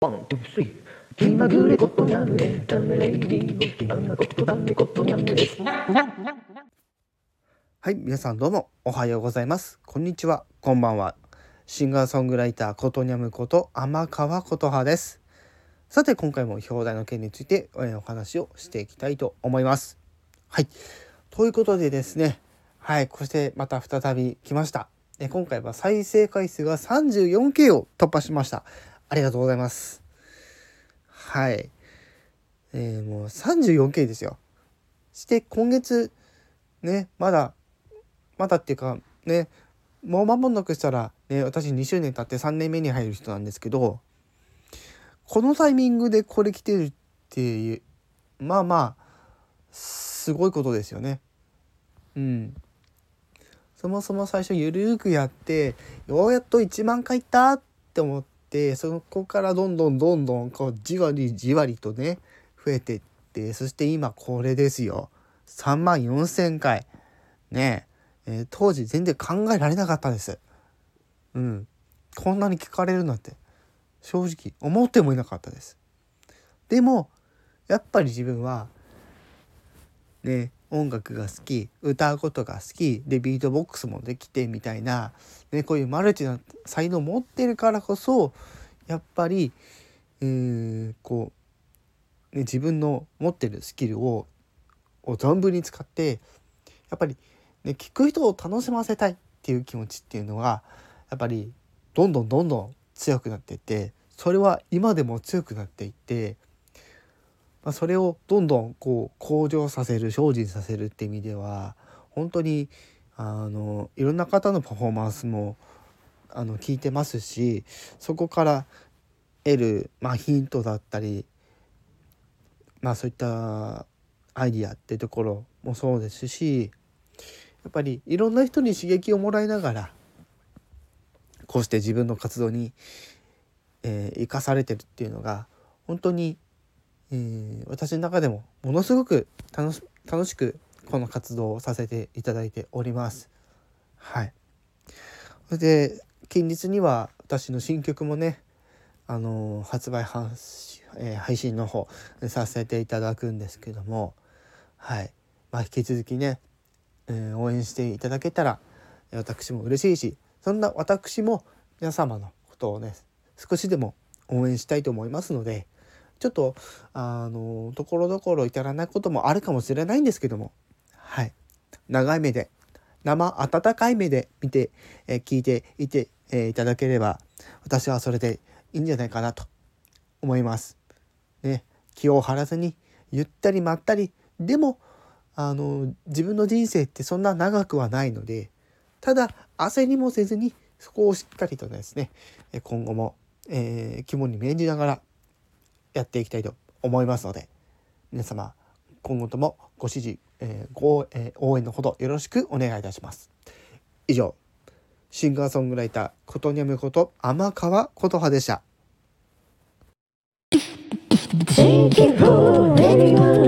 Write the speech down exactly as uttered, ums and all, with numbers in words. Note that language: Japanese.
ワン、ツー、スリー。気まぐれことにゃむエンタメレイディオ、気まぐれことだめことにゃむです。 はい、皆さんどうもおはようございます。こんにちは、こんばんは。シンガーソングライターことにゃむこと天川琴葉です。さて今回も表題の件についてお話をしていきたいと思います。はい、ということでですね、はい、こしてまた再び来ました。え今回は再生回数が さんじゅうよんケー を突破しました。ありがとうございます。はい、えー、もう さんじゅうよんケー ですよ。して今月ね、まだまだっていうかね、もう間もなくしたらね、私にしゅうねん経ってさんねんめに入る人なんですけど、このタイミングでこれ来てるっていう、まあまあすごいことですよね。うん。そもそも最初ゆるーくやってようやっといちまん回いったって思って、そこからどんどんどんどんこうじわりじわりとね増えてって、そして今これですよ、さんまんよんせんかいねえ、えー、当時全然考えられなかったです。うん、こんなに聞かれるなんて正直思ってもいなかったです。でもやっぱり自分はね、音楽が好き、歌うことが好きで、ビートボックスもできてみたいな、ね、こういうマルチな才能を持ってるからこそやっぱり、えー、こう、ね、自分の持ってるスキルをを存分に使ってやっぱり、ね、聞く人を楽しませたいっていう気持ちっていうのがやっぱりどんどんどんどん強くなっていって、それは今でも強くなっていって、まあ、それをどんどんこう向上させる、精進させるって意味では本当にあのいろんな方のパフォーマンスもあの聞いてますし、そこから得る、まあ、ヒントだったり、まあ、そういったアイディアってところもそうですし、やっぱりいろんな人に刺激をもらいながらこうして自分の活動に、えー、生かされてるっていうのが本当に、えー、私の中でもものすごく楽し、楽しくこの活動をさせていただいております。はい。それで近日には私の新曲もね、あのー、発売は、えー、配信の方させていただくんですけども、はい。まあ、引き続きね、えー、応援していただけたら私も嬉しいし、そんな私も皆様のことをね少しでも応援したいと思いますので、ちょっとあのところどころ至らないこともあるかもしれないんですけども、はい、長い目で生温かい目で見て、えー、聞いていて、えー、いただければ私はそれでいいんじゃないかなと思いますね。気を張らずにゆったりまったり、でもあの自分の人生ってそんな長くはないので、ただ焦りもせずにそこをしっかりとですね、今後も、えー、肝に銘じながらやっていきたいと思いますので、皆様今後ともご支持、えーごえー、応援のほどよろしくお願いいたします。以上、シンガーソングライターことにゃむこと天川琴葉でした。 Take it home, anyone